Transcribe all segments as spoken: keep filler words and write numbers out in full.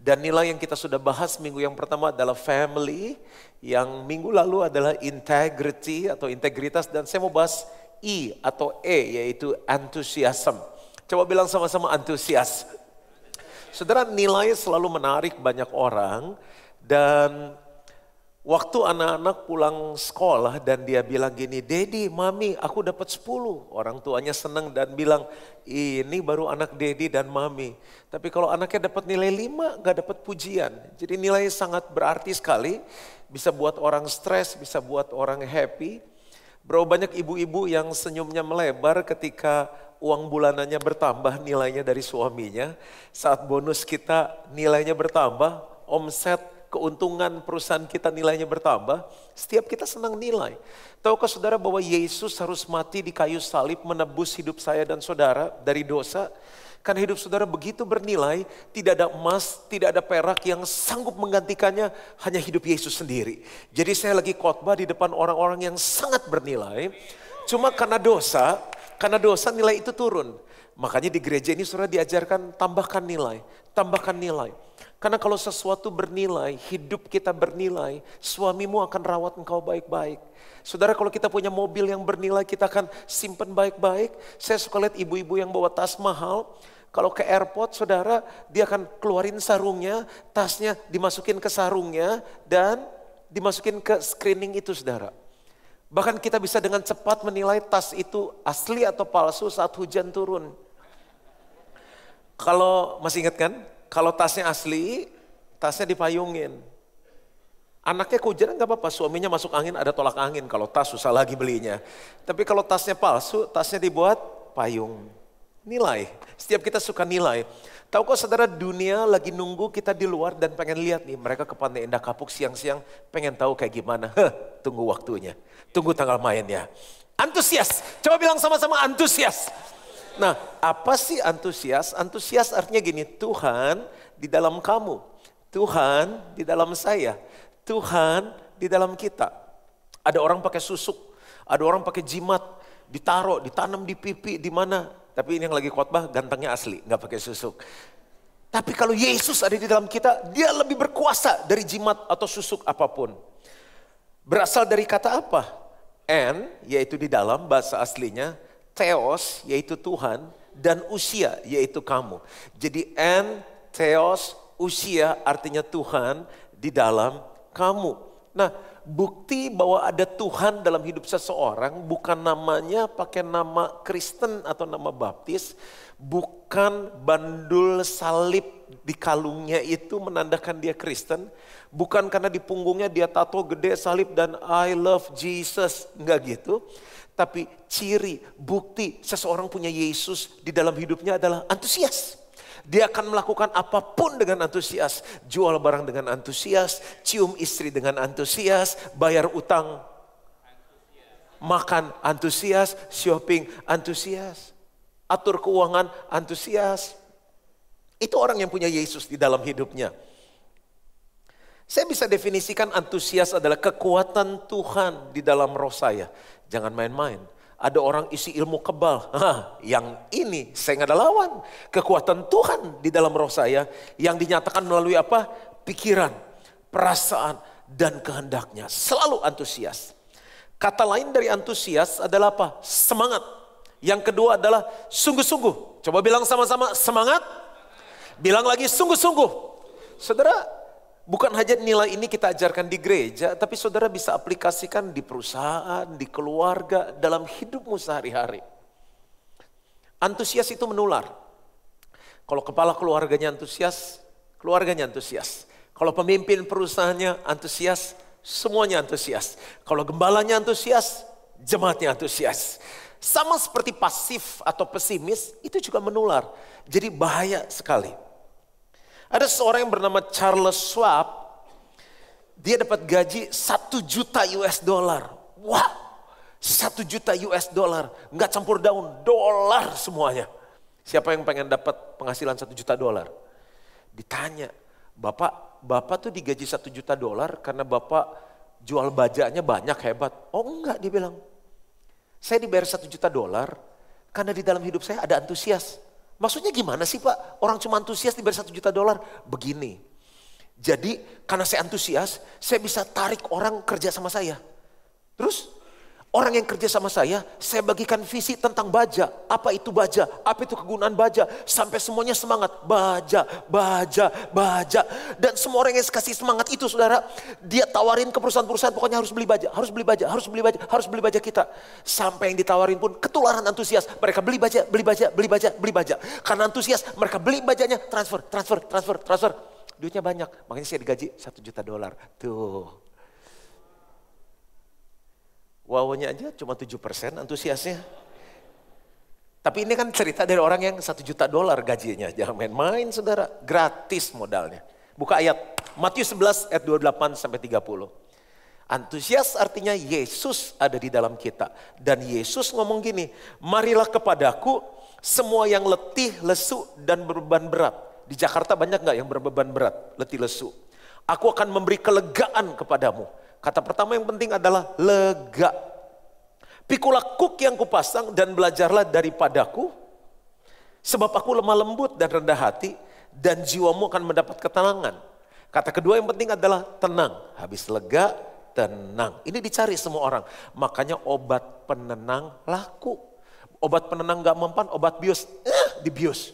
Dan nilai yang kita sudah bahas minggu yang pertama adalah family, yang minggu lalu adalah integrity atau integritas, dan saya mau bahas I atau E yaitu enthusiasm. Coba bilang sama-sama antusias. Saudara, nilai selalu menarik banyak orang, dan waktu anak-anak pulang sekolah dan dia bilang gini, Dedi, Mami, aku dapat sepuluh. Orang tuanya senang dan bilang, ini baru anak Dedi dan Mami. Tapi kalau anaknya dapat nilai lima, gak dapat pujian. Jadi nilai sangat berarti sekali. Bisa buat orang stres, bisa buat orang happy. Berapa banyak ibu-ibu yang senyumnya melebar ketika uang bulanannya bertambah nilainya dari suaminya. Saat bonus kita nilainya bertambah, omset, keuntungan perusahaan kita nilainya bertambah, setiap kita senang nilai. Tahukah saudara bahwa Yesus harus mati di kayu salib menebus hidup saya dan saudara dari dosa? Karena hidup saudara begitu bernilai, tidak ada emas, tidak ada perak yang sanggup menggantikannya, hanya hidup Yesus sendiri. Jadi saya lagi khotbah di depan orang-orang yang sangat bernilai, cuma karena dosa, karena dosa nilai itu turun. Makanya di gereja ini saudara diajarkan tambahkan nilai, tambahkan nilai. Karena kalau sesuatu bernilai, hidup kita bernilai, suamimu akan rawat engkau baik-baik. Saudara, kalau kita punya mobil yang bernilai, kita akan simpan baik-baik. Saya suka lihat ibu-ibu yang bawa tas mahal. Kalau ke airport, saudara, dia akan keluarin sarungnya, tasnya dimasukin ke sarungnya, dan dimasukin ke screening itu, saudara. Bahkan kita bisa dengan cepat menilai tas itu asli atau palsu saat hujan turun. Kalau masih ingat kan? Kalau tasnya asli, tasnya dipayungin. Anaknya kehujanan gak apa-apa, suaminya masuk angin ada tolak angin. Kalau tas susah lagi belinya. Tapi kalau tasnya palsu, tasnya dibuat payung. Nilai, setiap kita suka nilai. Tahu kok saudara, dunia lagi nunggu kita di luar dan pengen lihat nih. Mereka ke Pantai Indah Kapuk siang-siang pengen tahu kayak gimana. Heh, tunggu waktunya, tunggu tanggal mainnya. Antusias, coba bilang sama-sama antusias. Nah, apa sih antusias? Antusias artinya gini, Tuhan di dalam kamu, Tuhan di dalam saya, Tuhan di dalam kita. Ada orang pakai susuk, ada orang pakai jimat, ditaruh, ditanam di pipi, di mana. Tapi ini yang lagi khotbah gantengnya asli, nggak pakai susuk. Tapi kalau Yesus ada di dalam kita, dia lebih berkuasa dari jimat atau susuk apapun. Berasal dari kata apa? En, yaitu di dalam bahasa aslinya. Theos yaitu Tuhan, dan usia yaitu kamu. Jadi en, theos, usia artinya Tuhan di dalam kamu. Nah, bukti bahwa ada Tuhan dalam hidup seseorang bukan namanya pakai nama Kristen atau nama baptis, bukan bandul salib di kalungnya itu menandakan dia Kristen, bukan karena di punggungnya dia tato gede salib dan I love Jesus, enggak gitu. Tapi ciri, bukti seseorang punya Yesus di dalam hidupnya adalah antusias. Dia akan melakukan apapun dengan antusias. Jual barang dengan antusias, cium istri dengan antusias, bayar utang, makan antusias, shopping antusias, atur keuangan antusias. Itu orang yang punya Yesus di dalam hidupnya. Saya bisa definisikan antusias adalah kekuatan Tuhan di dalam roh saya. Jangan main-main. Ada orang isi ilmu kebal. Hah, yang ini saya nggak ada lawan. Kekuatan Tuhan di dalam roh saya yang dinyatakan melalui apa? Pikiran, perasaan, dan kehendaknya. Selalu antusias. Kata lain dari antusias adalah apa? Semangat. Yang kedua adalah sungguh-sungguh. Coba bilang sama-sama semangat. Bilang lagi sungguh-sungguh. Saudara, bukan hanya nilai ini kita ajarkan di gereja, tapi saudara bisa aplikasikan di perusahaan, di keluarga, dalam hidupmu sehari-hari. Antusias itu menular. Kalau kepala keluarganya antusias, keluarganya antusias. Kalau pemimpin perusahaannya antusias, semuanya antusias. Kalau gembalanya antusias, jemaatnya antusias. Sama seperti pasif atau pesimis, itu juga menular. Jadi bahaya sekali. Ada seorang yang bernama Charles Schwab, dia dapat gaji satu juta U S dollar. Wow, satu juta U S dollar, nggak campur daun, dolar semuanya. Siapa yang pengen dapat penghasilan satu juta dolar? Ditanya, bapak, bapak tuh digaji satu juta dolar karena bapak jual bajanya banyak hebat. Oh enggak, dia bilang, saya dibayar satu juta dolar karena di dalam hidup saya ada antusias. Maksudnya gimana sih Pak? Orang cuma antusias dibayar satu juta dolar? Begini, Jadi karena saya antusias, saya bisa tarik orang kerja sama saya. Terus orang yang kerja sama saya, saya bagikan visi tentang baja. Apa itu baja? Apa itu kegunaan baja? Sampai semuanya semangat. Baja, baja, baja. Dan semua orang yang kasih semangat itu saudara, dia tawarin ke perusahaan-perusahaan, pokoknya harus beli baja, harus beli baja, harus beli baja, harus beli baja kita. Sampai yang ditawarin pun ketularan antusias. Mereka beli baja, beli baja, beli baja, beli baja. Karena antusias, mereka beli bajanya, transfer, transfer, transfer, transfer. Duitnya banyak, makanya saya digaji satu juta dolar. Tuh. Wawanya aja cuma tujuh persen antusiasnya. Tapi ini kan cerita dari orang yang satu juta dolar gajinya. Jangan main-main saudara, gratis modalnya. Buka ayat Matius sebelas ayat dua puluh delapan sampai tiga puluh. Antusias artinya Yesus ada di dalam kita. Dan Yesus ngomong gini, marilah kepadaku semua yang letih, lesu dan berbeban berat. Di Jakarta banyak gak yang berbeban berat, letih, lesu? Aku akan memberi kelegaan kepadamu. Kata pertama yang penting adalah lega. Pikulah kuk yang kupasang dan belajarlah daripadaku. Sebab aku lemah lembut dan rendah hati. Dan jiwamu akan mendapat ketenangan. Kata kedua yang penting adalah tenang. Habis lega, tenang. Ini dicari semua orang. Makanya obat penenang laku. Obat penenang gak mempan, obat bius. Eh, dibius.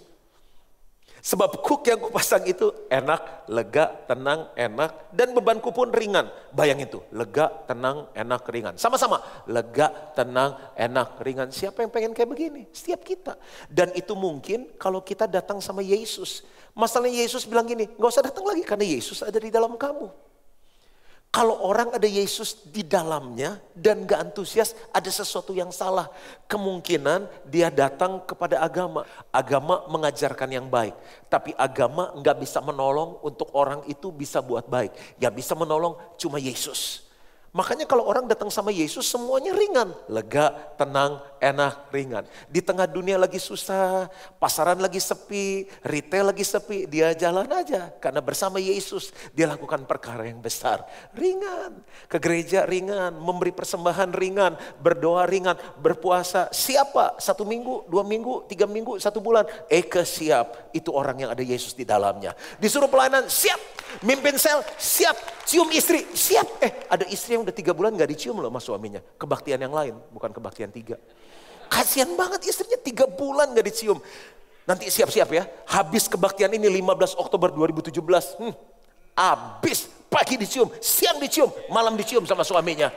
Sebab kuk yang kupasang itu enak, lega, tenang, enak. Dan bebanku pun ringan. Bayang itu, lega, tenang, enak, ringan. Sama-sama, lega, tenang, enak, ringan. Siapa yang pengen kayak begini? Setiap kita. Dan itu mungkin kalau kita datang sama Yesus. Masalahnya Yesus bilang gini, gak usah datang lagi karena Yesus ada di dalam kamu. Kalau orang ada Yesus di dalamnya dan gak antusias, ada sesuatu yang salah. Kemungkinan dia datang kepada agama. Agama mengajarkan yang baik. Tapi agama gak bisa menolong untuk orang itu bisa buat baik. Gak bisa menolong cuma Yesus. Makanya kalau orang datang sama Yesus semuanya ringan. Lega, tenang, enak, ringan. Di tengah dunia lagi susah, pasaran lagi sepi, retail lagi sepi. Dia jalan aja karena bersama Yesus dia lakukan perkara yang besar. Ringan, ke gereja ringan, memberi persembahan ringan, berdoa ringan, berpuasa. Siapa? Satu minggu, dua minggu, tiga minggu, satu bulan. Eke siap, itu orang yang ada Yesus di dalamnya. Disuruh pelayanan, siap. Mimpin sel, siap. Cium istri, siap. Eh ada istri yang udah tiga bulan gak dicium loh sama suaminya. Kebaktian yang lain, bukan kebaktian tiga. Kasian banget istrinya tiga bulan gak dicium. Nanti siap-siap ya, habis kebaktian ini lima belas Oktober dua ribu tujuh belas. Hmm, habis, pagi dicium, siang dicium, malam dicium sama suaminya.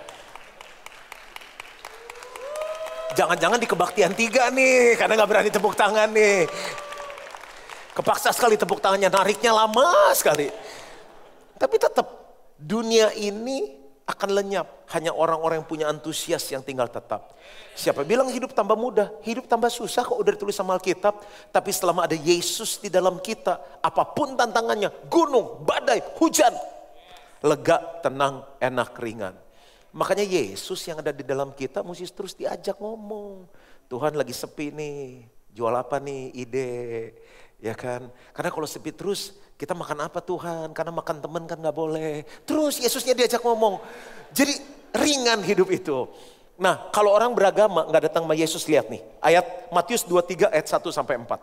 Jangan-jangan di kebaktian tiga nih, karena gak berani tepuk tangan nih. Kepaksa sekali tepuk tangannya, nariknya lama sekali. Tapi tetap dunia ini akan lenyap. Hanya orang-orang yang punya antusias yang tinggal tetap. Siapa bilang hidup tambah mudah? Hidup tambah susah kok udah ditulis sama Alkitab. Tapi selama ada Yesus di dalam kita, apapun tantangannya, gunung, badai, hujan, lega, tenang, enak, ringan. Makanya Yesus yang ada di dalam kita mesti terus diajak ngomong. Tuhan lagi sepi nih, jual apa nih ide, ya kan? Karena kalau sepi terus, kita makan apa Tuhan? Karena makan teman kan gak boleh. Terus Yesusnya diajak ngomong. Jadi ringan hidup itu. Nah kalau orang beragama gak datang sama Yesus, lihat nih. Ayat Matius dua puluh tiga ayat satu sampai empat.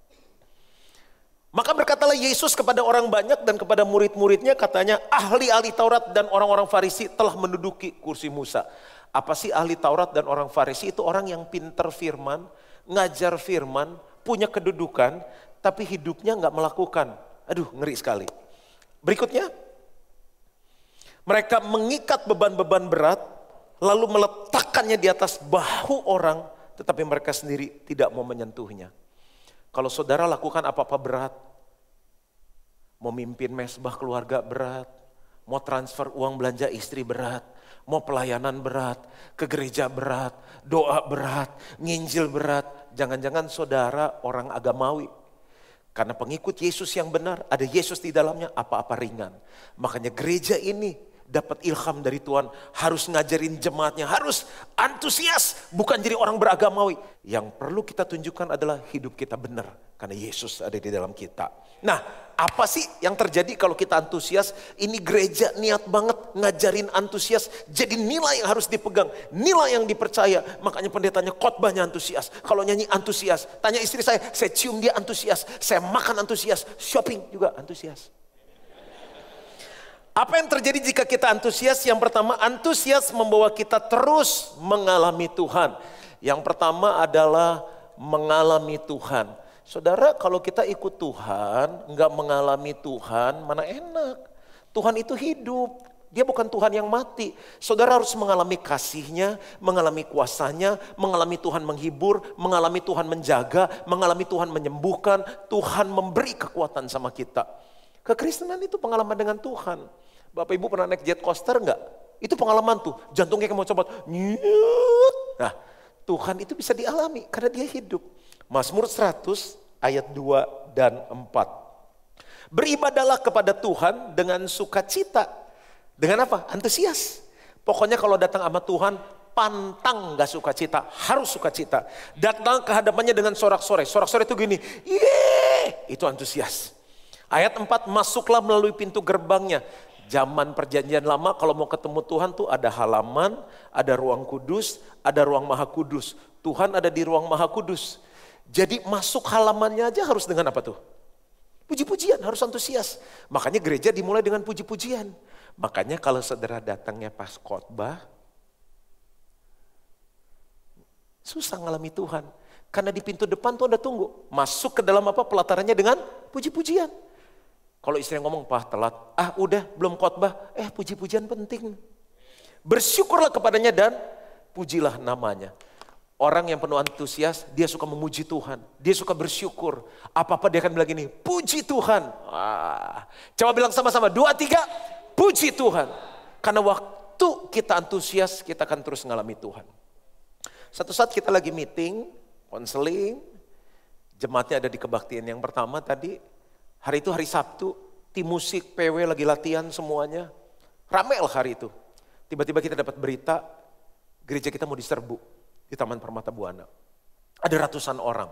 Maka berkatalah Yesus kepada orang banyak dan kepada murid-muridnya, katanya ahli-ahli Taurat dan orang-orang Farisi telah menduduki kursi Musa. Apa sih ahli Taurat dan orang Farisi? Itu orang yang pinter firman, ngajar firman, punya kedudukan, tapi hidupnya gak melakukan. Aduh ngeri sekali. Berikutnya, mereka mengikat beban-beban berat, lalu meletakkannya di atas bahu orang, tetapi mereka sendiri tidak mau menyentuhnya. Kalau saudara lakukan apa-apa berat, mau mimpin mesbah keluarga berat, mau transfer uang belanja istri berat, mau pelayanan berat, ke gereja berat, doa berat, nginjil berat, jangan-jangan saudara orang agamawi. Karena pengikut Yesus yang benar, ada Yesus di dalamnya, apa-apa ringan. Makanya gereja ini dapat ilham dari Tuhan, harus ngajarin jemaatnya, harus antusias, bukan jadi orang beragamawi. Yang perlu kita tunjukkan adalah hidup kita benar, karena Yesus ada di dalam kita. Nah, apa sih yang terjadi kalau kita antusias? Ini gereja niat banget ngajarin antusias, jadi nilai yang harus dipegang, nilai yang dipercaya. Makanya pendetanya khotbahnya antusias, kalau nyanyi antusias. Tanya istri saya, saya cium dia antusias, saya makan antusias, shopping juga antusias. Apa yang terjadi jika kita antusias? Yang pertama, antusias membawa kita terus mengalami Tuhan. Yang pertama adalah mengalami Tuhan. Saudara, kalau kita ikut Tuhan, nggak mengalami Tuhan, mana enak. Tuhan itu hidup. Dia bukan Tuhan yang mati. Saudara harus mengalami kasih-Nya, mengalami kuasa-Nya, mengalami Tuhan menghibur, mengalami Tuhan menjaga, mengalami Tuhan menyembuhkan, Tuhan memberi kekuatan sama kita. Kekristenan itu pengalaman dengan Tuhan. Bapak Ibu pernah naik jet coaster enggak? Itu pengalaman tuh, jantungnya kayak mau copot. Nah, Tuhan itu bisa dialami karena dia hidup. Mazmur seratus ayat dua dan empat. Beribadalah kepada Tuhan dengan sukacita. Dengan apa? Antusias. Pokoknya kalau datang sama Tuhan, pantang gak sukacita, harus sukacita. Datang ke hadapannya dengan sorak-sorai. Sorak-sorai itu gini, yeay, itu antusias. Ayat empat, masuklah melalui pintu gerbangnya. Zaman perjanjian lama kalau mau ketemu Tuhan tuh ada halaman, ada ruang kudus, ada ruang maha kudus. Tuhan ada di ruang maha kudus. Jadi masuk halamannya aja harus dengan apa tuh? Puji-pujian, harus antusias. Makanya gereja dimulai dengan puji-pujian. Makanya kalau saudara datangnya pas khotbah, susah ngalami Tuhan. Karena di pintu depan tuh ada tunggu. Masuk ke dalam apa? Pelatarannya dengan puji-pujian. Kalau istri ngomong, "Pak telat." Ah udah belum khotbah. Eh puji-pujian penting. Bersyukurlah kepadanya dan pujilah namanya. Orang yang penuh antusias, dia suka memuji Tuhan. Dia suka bersyukur. Apa-apa dia akan bilang gini, puji Tuhan. Wah. Coba bilang sama-sama, dua, tiga, puji Tuhan. Karena waktu kita antusias, kita akan terus mengalami Tuhan. Satu saat kita lagi meeting, konseling, jemaatnya ada di kebaktian yang pertama tadi. Hari itu hari Sabtu, tim musik, P W lagi latihan semuanya. Ramai lah hari itu. Tiba-tiba kita dapat berita, gereja kita mau diserbu di Taman Permata Buana. Ada ratusan orang.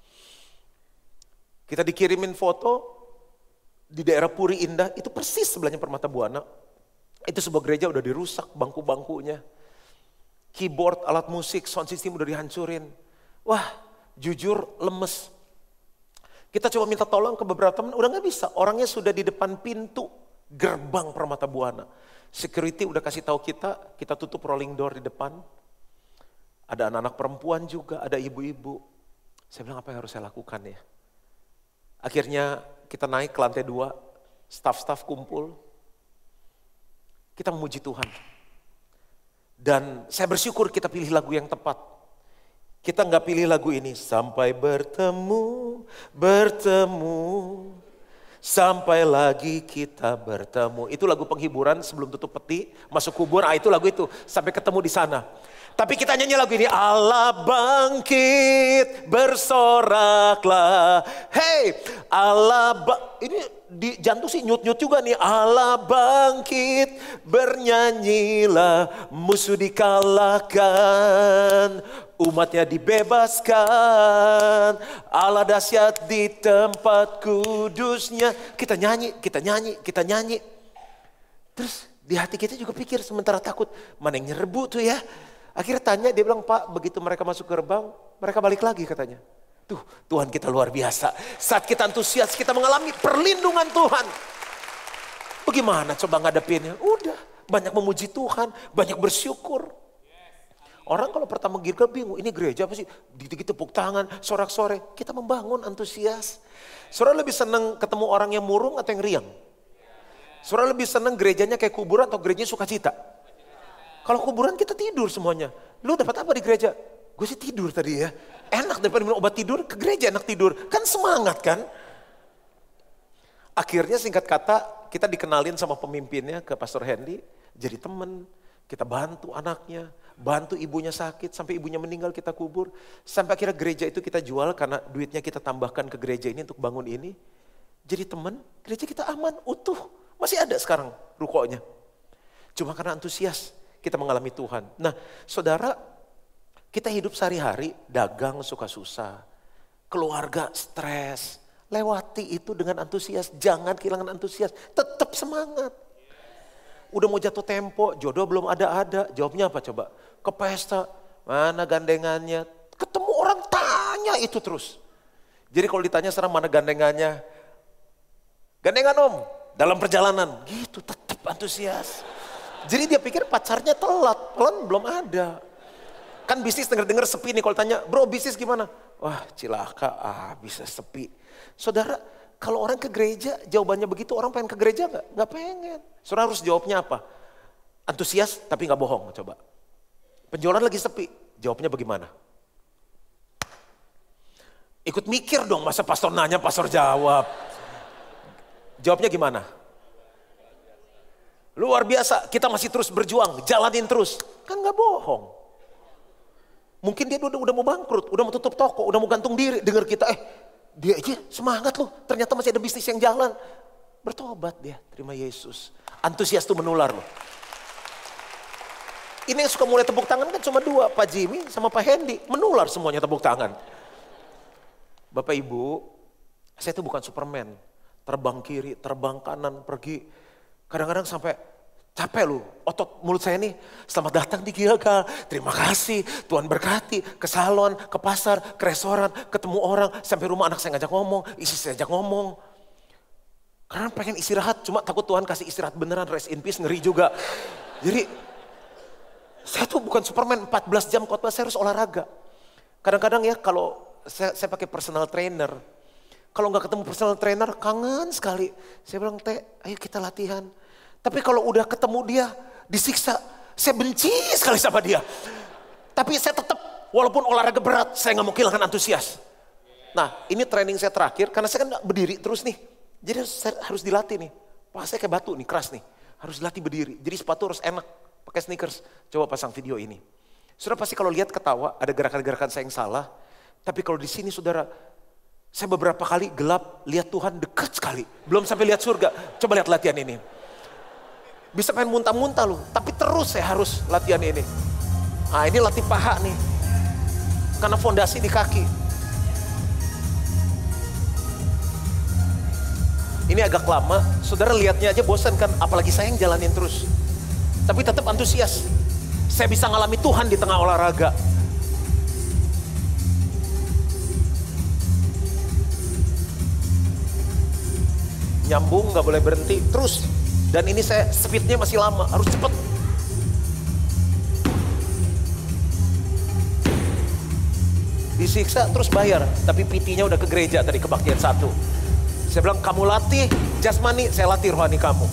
Kita dikirimin foto di daerah Puri Indah, itu persis sebelahnya Permata Buana. Itu sebuah gereja udah dirusak bangku-bangkunya. Keyboard, alat musik, sound system udah dihancurin. Wah, jujur lemes. Kita coba minta tolong ke beberapa teman, udah gak bisa. Orangnya sudah di depan pintu gerbang Permata Buana. Security udah kasih tahu kita, kita tutup rolling door di depan. Ada anak-anak perempuan juga, ada ibu-ibu. Saya bilang apa yang harus saya lakukan ya? Akhirnya kita naik ke lantai dua, staff-staff kumpul. Kita memuji Tuhan. Dan saya bersyukur kita pilih lagu yang tepat. Kita nggak pilih lagu ini, sampai bertemu, bertemu, sampai lagi kita bertemu. Itu lagu penghiburan sebelum tutup peti, masuk kubur, ah itu lagu itu, sampai ketemu di sana. Tapi kita nyanyi lagu ini, Allah bangkit, bersoraklah. Hey, Allah ba- ini di jantung sih nyut-nyut juga nih. Allah bangkit, bernyanyilah, musuh dikalahkan. Umatnya dibebaskan, Allah dahsyat di tempat kudusnya. Kita nyanyi, kita nyanyi, kita nyanyi. Terus di hati kita juga pikir sementara takut, mana yang nyerbu tuh ya. Akhirnya tanya, dia bilang, Pak begitu mereka masuk gerbang, mereka balik lagi katanya. Tuh Tuhan kita luar biasa. Saat kita antusias, kita mengalami perlindungan Tuhan. Bagaimana coba ngadepinnya? Udah, banyak memuji Tuhan, banyak bersyukur. Orang kalau pertama gereja bingung, ini gereja apa sih? Gitu-gitu tepuk tangan, sorak-sore. Kita membangun antusias. Saudara lebih senang ketemu orang yang murung atau yang riang? Saudara lebih senang gerejanya kayak kuburan atau gerejanya sukacita? Kalau kuburan kita tidur semuanya. Lu dapat apa di gereja? Gue sih tidur tadi ya. Enak daripada minum obat tidur, ke gereja enak tidur. Kan semangat kan? Akhirnya singkat kata, kita dikenalin sama pemimpinnya ke Pastor Hendy. Jadi teman, kita bantu anaknya. Bantu ibunya sakit, sampai ibunya meninggal kita kubur. Sampai akhirnya gereja itu kita jual karena duitnya kita tambahkan ke gereja ini untuk bangun ini. Jadi teman, gereja kita aman, utuh. Masih ada sekarang rukonya. Cuma karena antusias kita mengalami Tuhan. Nah saudara, kita hidup sehari-hari, dagang suka susah. Keluarga stres. Lewati itu dengan antusias, jangan kehilangan antusias. Tetap semangat. Udah mau jatuh tempo, jodoh belum ada-ada. Jawabnya apa coba? Ke pesta, mana gandengannya? Ketemu orang tanya itu terus. Jadi kalau ditanya sekarang mana gandengannya? Gandengan om, dalam perjalanan. Gitu, tetap antusias. Jadi dia pikir pacarnya telat, pelan belum ada. Kan bisnis denger-denger sepi nih, kalau tanya, bro bisnis gimana? Wah cilaka, ah bisa sepi. Saudara, kalau orang ke gereja jawabannya begitu, orang pengen ke gereja gak? Gak pengen. Saudara harus jawabnya apa? Antusias tapi gak bohong, coba. Penjualan lagi sepi, jawabnya bagaimana? Ikut mikir dong, masa pastor nanya, pastor jawab. Jawabnya gimana? Luar biasa, kita masih terus berjuang, jalanin terus. Kan gak bohong. Mungkin dia udah, udah mau bangkrut, udah mau tutup toko, udah mau gantung diri. Dengar kita, eh dia aja semangat loh, ternyata masih ada bisnis yang jalan. Bertobat dia, terima Yesus. Antusias tuh menular loh. Ini yang suka mulai tepuk tangan kan cuma dua, Pak Jimmy sama Pak Hendy. Menular semuanya tepuk tangan. Bapak Ibu, saya tuh bukan Superman. Terbang kiri, terbang kanan, pergi. Kadang-kadang sampai capek loh, otot mulut saya nih, selamat datang di Gilgal, terima kasih, Tuhan berkati, ke salon, ke pasar, ke restoran, ketemu orang, sampai rumah anak saya ngajak ngomong, istri saya ajak ngomong. Karena pengen istirahat, cuma takut Tuhan kasih istirahat beneran, rest in peace, ngeri juga. Jadi, saya tuh bukan Superman, empat belas jam khotbah, saya harus olahraga. Kadang-kadang ya kalau saya, saya pakai personal trainer, kalau nggak ketemu personal trainer, kangen sekali. Saya bilang, Teh, ayo kita latihan. Tapi kalau udah ketemu dia, disiksa. Saya benci sekali sama dia. Tapi saya tetap, walaupun olahraga berat, saya nggak mau kehilangan antusias. Nah, ini training saya terakhir, karena saya kan berdiri terus nih. Jadi saya harus dilatih nih. Paha saya kayak batu nih, keras nih. Harus dilatih berdiri. Jadi sepatu harus enak, pakai sneakers. Coba pasang video ini. Saudara pasti kalau lihat ketawa, ada gerakan-gerakan saya yang salah. Tapi kalau di sini saudara, saya beberapa kali gelap, lihat Tuhan dekat sekali. Belum sampai lihat surga. Coba lihat latihan ini. Bisa pengen muntah-muntah loh. Tapi terus saya harus latihan ini. Nah ini latih paha nih. Karena fondasi di kaki. Ini agak lama. Saudara lihatnya aja bosan kan. Apalagi saya yang jalanin terus. Tapi tetap antusias. Saya bisa ngalami Tuhan di tengah olahraga. Nyambung, gak boleh berhenti, terus. Dan ini saya speednya masih lama, harus cepet. Disiksa terus bayar, tapi P T-nya udah ke gereja tadi, kebaktian satu. Saya bilang, kamu latih jasmani, saya latih rohani kamu.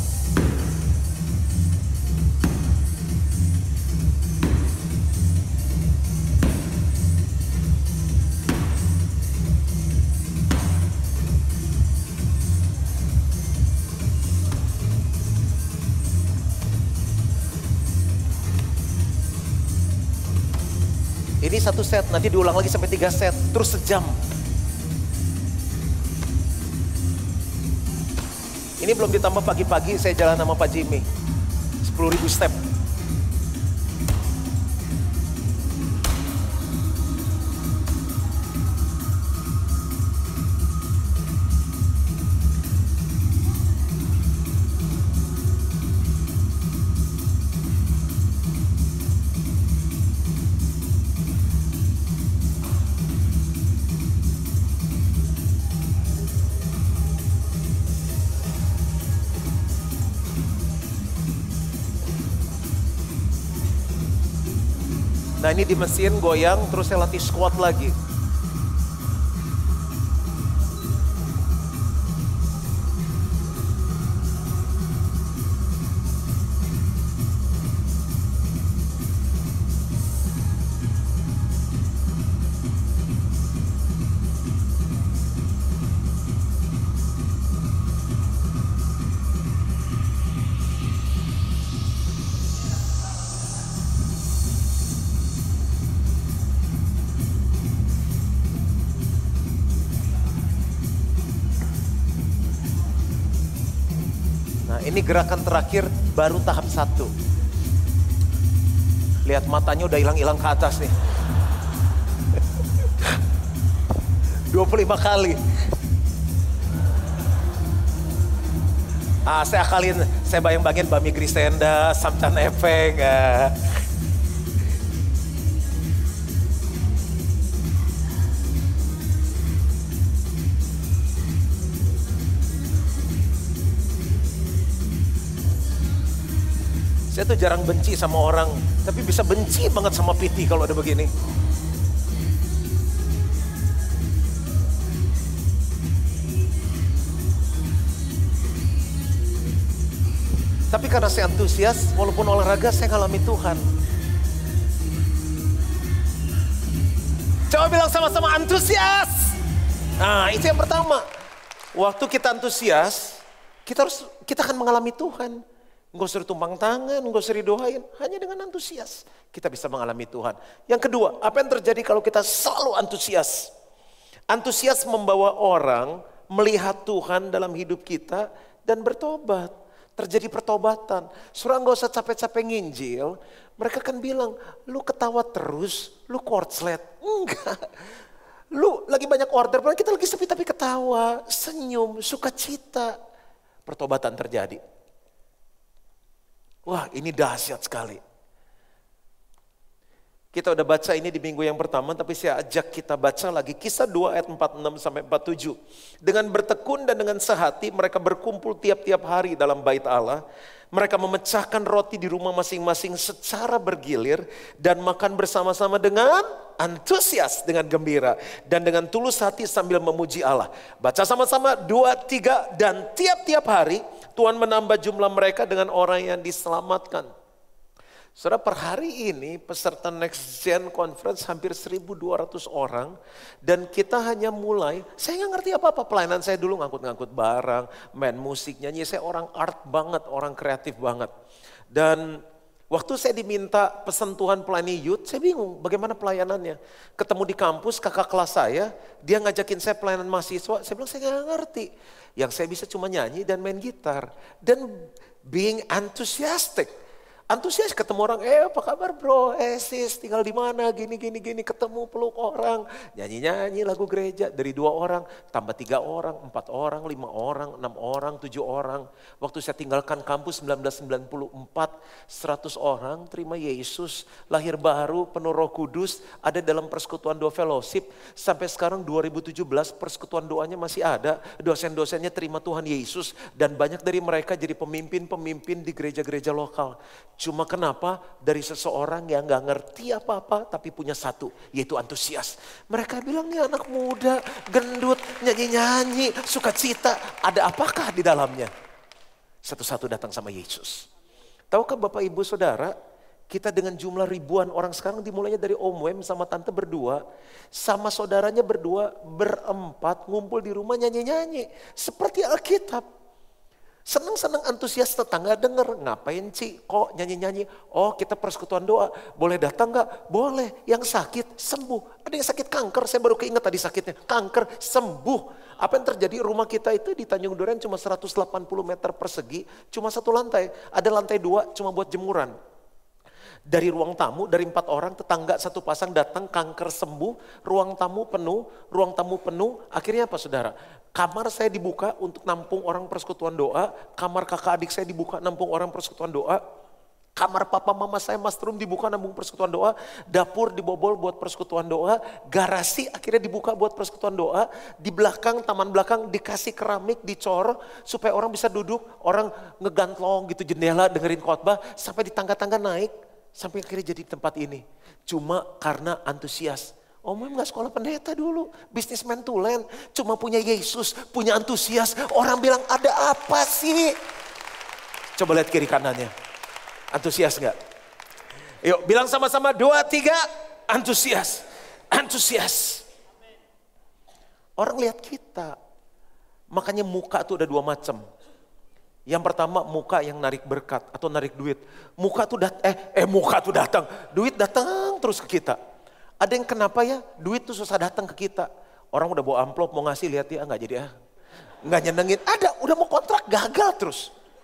Ini satu set, nanti diulang lagi sampai tiga set, terus sejam. Ini belum ditambah pagi-pagi saya jalan sama Pak Jimmy. sepuluh ribu step. Nah ini di mesin goyang, terus saya latih squat lagi. Ini gerakan terakhir baru tahap satu. Lihat matanya udah hilang-hilang ke atas nih. dua puluh lima kali. Ah, saya akalin, saya bayang-bayangin Bami Grisenda, Samcan Efeng. Ah. Saya tuh jarang benci sama orang, tapi bisa benci banget sama P T kalau ada begini. Tapi karena saya antusias, walaupun olahraga saya ngalami Tuhan. Coba bilang sama-sama antusias. Nah, itu yang pertama. Waktu kita antusias, kita harus kita akan mengalami Tuhan. Nggak usah ditumpang tangan, nggak usah didoain. Hanya dengan antusias kita bisa mengalami Tuhan. Yang kedua, apa yang terjadi kalau kita selalu antusias? Antusias membawa orang melihat Tuhan dalam hidup kita dan bertobat. Terjadi pertobatan. Saudara nggak usah capek-capek nginjil. Mereka kan bilang, lu ketawa terus, lu korslet. Enggak. Lu lagi banyak order, kita lagi sepi tapi ketawa, senyum, sukacita. Pertobatan terjadi. Wah, ini dahsyat sekali. Kita udah baca ini di minggu yang pertama, tapi saya ajak kita baca lagi Kisah dua ayat empat puluh enam sampai empat puluh tujuh. Dengan bertekun dan dengan sehati mereka berkumpul tiap-tiap hari dalam bait Allah. Mereka memecahkan roti di rumah masing-masing secara bergilir dan makan bersama-sama dengan antusias, dengan gembira dan dengan tulus hati sambil memuji Allah. Baca sama-sama dua, tiga, dan tiap-tiap hari Tuhan menambah jumlah mereka dengan orang yang diselamatkan. Saudara, per hari ini peserta Next Gen Conference hampir seribu dua ratus orang. Dan kita hanya mulai, saya nggak ngerti apa-apa, pelayanan saya dulu ngangkut-ngangkut barang, main musik, nyanyi, saya orang art banget, orang kreatif banget. Dan waktu saya diminta pesan Tuhan pelayani youth, saya bingung bagaimana pelayanannya. Ketemu di kampus kakak kelas saya, dia ngajakin saya pelayanan mahasiswa, saya bilang saya nggak ngerti. Yang saya bisa cuma nyanyi dan main gitar. Dan being enthusiastic. Antusias ketemu orang, eh apa kabar bro, eh sis tinggal di mana, gini gini gini, ketemu peluk orang, nyanyi nyanyi lagu gereja dari dua orang, tambah tiga orang, empat orang, lima orang, enam orang, tujuh orang. Waktu saya tinggalkan kampus sembilan belas sembilan puluh empat, seratus orang terima Yesus, lahir baru, penuh Roh Kudus, ada dalam persekutuan doa fellowship. Sampai sekarang dua ribu tujuh belas persekutuan doanya masih ada, dosen-dosennya terima Tuhan Yesus dan banyak dari mereka jadi pemimpin-pemimpin di gereja-gereja lokal. Cuma kenapa dari seseorang yang gak ngerti apa-apa tapi punya satu, yaitu antusias. Mereka bilang nih anak muda, gendut, nyanyi-nyanyi, sukacita, ada apakah di dalamnya? Satu-satu datang sama Yesus. Tahukah Bapak Ibu Saudara, kita dengan jumlah ribuan orang sekarang dimulainya dari Om Wem sama Tante berdua, sama saudaranya berdua, berempat ngumpul di rumah nyanyi-nyanyi. Seperti Alkitab. Senang-senang antusias tetangga denger, ngapain Ci kok nyanyi-nyanyi? Oh kita persekutuan doa, boleh datang gak? Boleh, yang sakit sembuh. Ada yang sakit kanker, saya baru keinget tadi sakitnya, kanker sembuh. Apa yang terjadi? Rumah kita itu di Tanjung Duren cuma seratus delapan puluh meter persegi, cuma satu lantai. Ada lantai dua cuma buat jemuran. Dari ruang tamu, dari empat orang, tetangga satu pasang datang, kanker sembuh, ruang tamu penuh, ruang tamu penuh, akhirnya apa saudara? Kamar saya dibuka untuk nampung orang persekutuan doa, kamar kakak adik saya dibuka nampung orang persekutuan doa, kamar papa mama saya master room dibuka nampung persekutuan doa, dapur dibobol buat persekutuan doa, garasi akhirnya dibuka buat persekutuan doa, di belakang, taman belakang dikasih keramik, dicor, supaya orang bisa duduk, orang ngegantlong gitu jendela dengerin khotbah, sampai di tangga-tangga naik, sampai akhirnya jadi tempat ini. Cuma karena antusias. Om Wem gak sekolah pendeta dulu, bisnismen tulen, cuma punya Yesus, punya antusias. Orang bilang ada apa sih? Coba lihat kiri kanannya, antusias gak? Yuk bilang sama-sama dua, tiga, antusias, antusias. Orang lihat kita, makanya muka tuh ada dua macam. Yang pertama muka yang narik berkat atau narik duit. Muka tuh dat eh eh muka tuh datang, duit datang terus ke kita. Ada yang kenapa ya duit tuh susah datang ke kita. Orang udah bawa amplop mau ngasih lihat ya, enggak jadi ah. Enggak nyenengin. Ada udah mau kontrak gagal terus.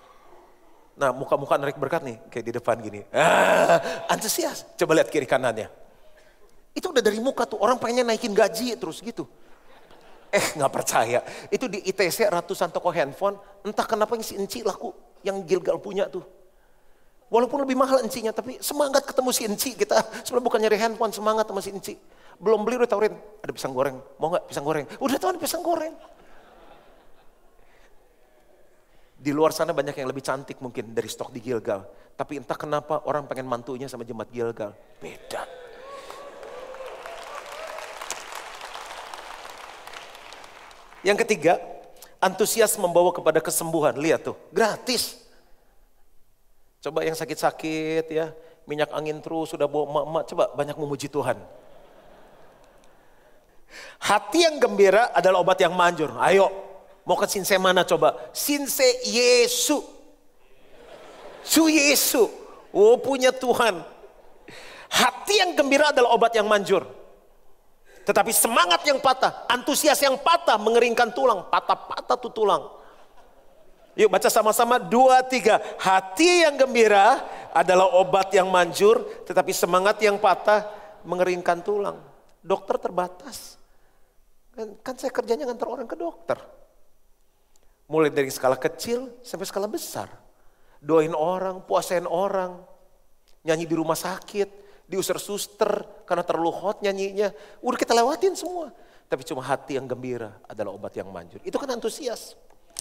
Nah muka-muka narik berkat nih kayak di depan gini. Ah, antusias. Coba lihat kiri kanannya. Itu udah dari muka tuh orang pengennya naikin gaji terus gitu. Eh nggak percaya. Itu di I T C ratusan toko handphone. Entah kenapa yang si Enci laku. Yang Gilgal punya tuh. Walaupun lebih mahal encinya, tapi semangat ketemu si Enci kita. Sebenarnya bukan nyari handphone, semangat sama si Enci. Belum beli udah tawarin, ada pisang goreng, mau gak pisang goreng? Udah tawarin pisang goreng. Di luar sana banyak yang lebih cantik mungkin dari stok di Gilgal. Tapi entah kenapa orang pengen mantunya sama jemaat Gilgal. Beda. Yang ketiga, antusias membawa kepada kesembuhan. Lihat tuh, gratis. Coba yang sakit-sakit ya, minyak angin terus, sudah bawa emak-emak, coba banyak memuji Tuhan. Hati yang gembira adalah obat yang manjur. Ayo, mau ke sinse mana coba? Sinse Yesu. Su Yesu. Oh, punya Tuhan. Hati yang gembira adalah obat yang manjur. Tetapi semangat yang patah, antusias yang patah mengeringkan tulang. Patah-patah tuh tulang. Yuk baca sama-sama, dua, tiga. Hati yang gembira adalah obat yang manjur, tetapi semangat yang patah mengeringkan tulang. Dokter terbatas. Kan, kan saya kerjanya ngantar orang ke dokter. Mulai dari skala kecil sampai skala besar. Doain orang, puasain orang. Nyanyi di rumah sakit, diusir suster karena terlalu hot nyanyinya. Udah kita lewatin semua. Tapi cuma hati yang gembira adalah obat yang manjur. Itu kan antusias.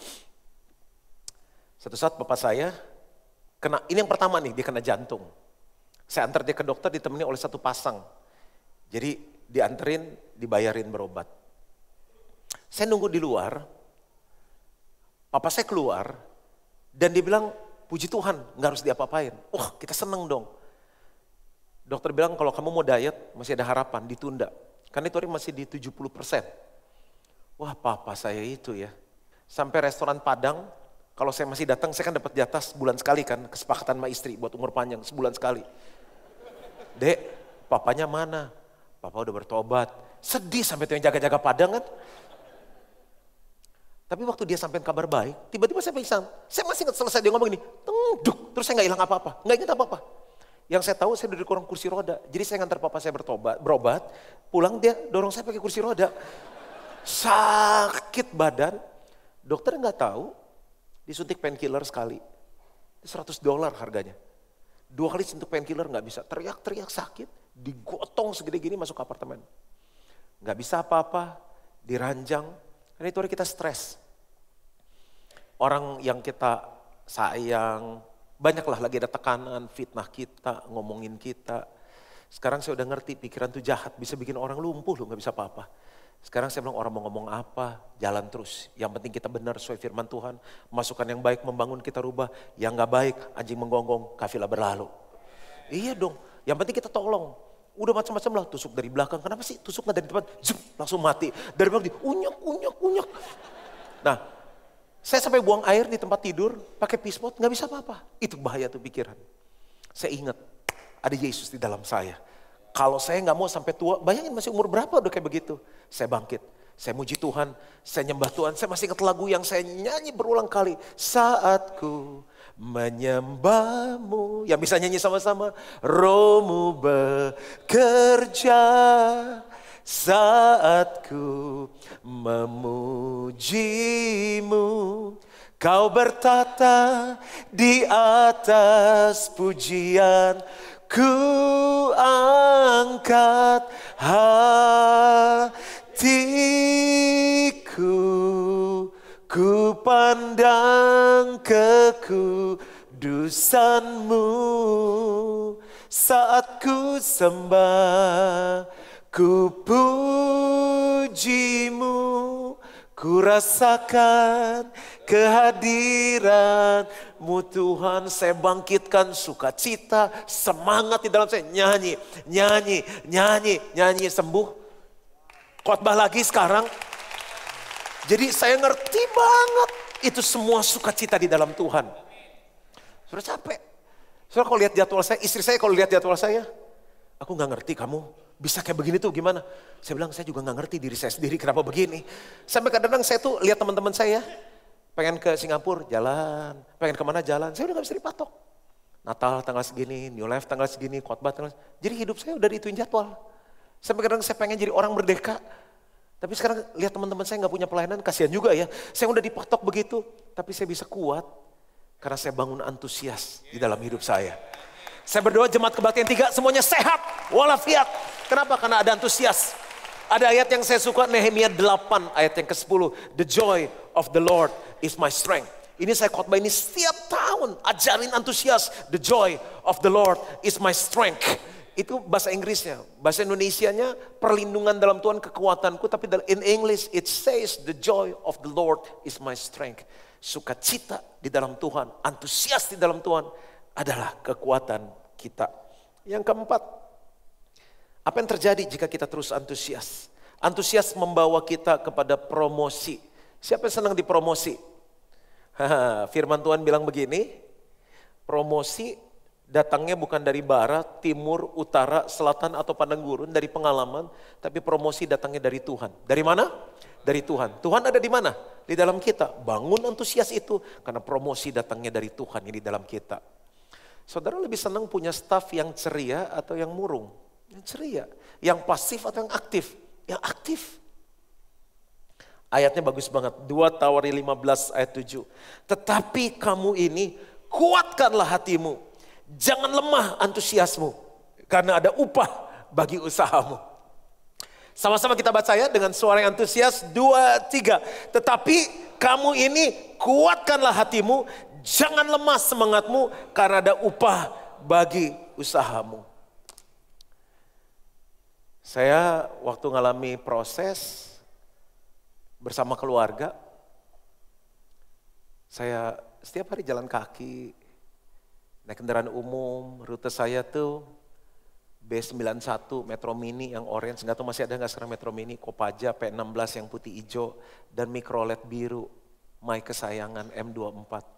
Satu saat bapak saya kena, ini yang pertama nih, dia kena jantung. Saya antar dia ke dokter ditemani oleh satu pasang. Jadi dianterin, dibayarin berobat. Saya nunggu di luar, papa saya keluar dan dia bilang, puji Tuhan gak harus diapa-apain. Wah kita seneng dong. Dokter bilang kalau kamu mau diet masih ada harapan, ditunda. Karena itu hari masih di tujuh puluh persen. Wah papa saya itu ya. Sampai restoran Padang, kalau saya masih datang saya kan dapat jatah sebulan sekali kan. Kesepakatan sama istri buat umur panjang, sebulan sekali. Dek, papanya mana? Papa udah bertobat. Sedih sampai tuh yang jaga-jaga Padang kan. Tapi waktu dia sampein kabar baik, tiba-tiba saya pingsan. Saya masih ingat selesai dia ngomong gini, tengduk, terus saya gak hilang apa-apa, gak ingat apa-apa. Yang saya tahu saya duduk di kurang kursi roda, jadi saya ngantar papa saya bertobat, berobat, pulang dia dorong saya pakai kursi roda. Sakit badan, dokter gak tahu, disuntik painkiller sekali, seratus dolar harganya. Dua kali suntik painkiller gak bisa, teriak-teriak sakit, digotong segede gini masuk ke apartemen. Gak bisa apa-apa, diranjang. Karena itu hari kita stres. Orang yang kita sayang, banyaklah lagi ada tekanan, fitnah kita, ngomongin kita. Sekarang saya udah ngerti pikiran itu jahat, bisa bikin orang lumpuh loh, gak bisa apa-apa. Sekarang saya bilang orang mau ngomong apa, jalan terus. Yang penting kita benar sesuai firman Tuhan. Masukan yang baik membangun kita rubah, yang gak baik anjing menggonggong, kafilah berlalu. Iya dong, yang penting kita tolong. Udah macam-macam lah, tusuk dari belakang. Kenapa sih tusuk nggak dari depan? Zup, langsung mati. Dari belakang, unyak, unyak, unyak. Nah, saya sampai buang air di tempat tidur, pakai pispot, nggak bisa apa-apa. Itu bahaya tuh pikiran. Saya ingat, ada Yesus di dalam saya. Kalau saya nggak mau sampai tua, bayangin masih umur berapa udah kayak begitu. Saya bangkit, saya muji Tuhan, saya nyembah Tuhan. Saya masih ingat lagu yang saya nyanyi berulang kali. Saatku menyembahmu, yang bisa nyanyi sama-sama. Rohmu bekerja saatku memujimu. Kau bertata di atas pujian, ku angkat hatiku. Ku pandang kekudusanmu saat ku sembah, ku pujimu, ku rasakan kehadiranmu Tuhan. Saya bangkitkan sukacita, semangat di dalam saya, nyanyi, nyanyi, nyanyi, nyanyi, sembuh. Khotbah lagi sekarang. Jadi saya ngerti banget itu semua sukacita di dalam Tuhan. Sudah capek. Sudah kalau lihat jadwal saya, istri saya kalau lihat jadwal saya, aku gak ngerti kamu bisa kayak begini tuh gimana. Saya bilang saya juga gak ngerti diri saya sendiri kenapa begini. Sampai kadang-kadang saya tuh lihat teman-teman saya, pengen ke Singapura jalan, pengen kemana jalan, saya udah gak bisa dipatok. Natal tanggal segini, New Life tanggal segini, khotbah tanggal segini. Jadi hidup saya udah diituin jadwal. Sampai kadang saya pengen jadi orang merdeka. Tapi sekarang lihat teman-teman saya gak punya pelayanan, kasihan juga ya. Saya udah dipatok begitu, tapi saya bisa kuat. Karena saya bangun antusias di dalam hidup saya. Saya berdoa jemaat kebaktian tiga semuanya sehat, walafiat. Kenapa? Karena ada antusias. Ada ayat yang saya suka, Nehemia delapan ayat yang ke sepuluh. The joy of the Lord is my strength. Ini saya khotbah ini setiap tahun. Ajarin antusias. The joy of the Lord is my strength. Itu bahasa Inggrisnya. Bahasa Indonesianya perlindungan dalam Tuhan kekuatanku. Tapi in English it says the joy of the Lord is my strength. Sukacita di dalam Tuhan. Antusias di dalam Tuhan adalah kekuatan kita. Yang keempat. Apa yang terjadi jika kita terus antusias? Antusias membawa kita kepada promosi. Siapa yang senang dipromosi? Firman Tuhan bilang begini, promosi datangnya bukan dari barat, timur, utara, selatan atau padang gurun, dari pengalaman, tapi promosi datangnya dari Tuhan. Dari mana? Dari Tuhan. Tuhan ada di mana? Di dalam kita. Bangun antusias itu karena promosi datangnya dari Tuhan ini dalam kita. Saudara lebih senang punya staf yang ceria atau yang murung? Yang ceria. Yang pasif atau yang aktif? Yang aktif. Ayatnya bagus banget. dua Tawari lima belas ayat tujuh. Tetapi kamu ini kuatkanlah hatimu. Jangan lemah antusiasmu. Karena ada upah bagi usahamu. Sama-sama kita baca ya dengan suara yang antusias. Dua, tiga. Tetapi kamu ini kuatkanlah hatimu. Jangan lemah semangatmu. Karena ada upah bagi usahamu. Saya waktu ngalami proses bersama keluarga, saya setiap hari jalan kaki, naik kendaraan umum, rute saya tuh B sembilan satu Metro Mini yang orange, nggak tahu masih ada nggak sekarang Metro Mini, Kopaja P enam belas yang putih hijau, dan Mikrolet biru, my kesayangan M dua puluh empat.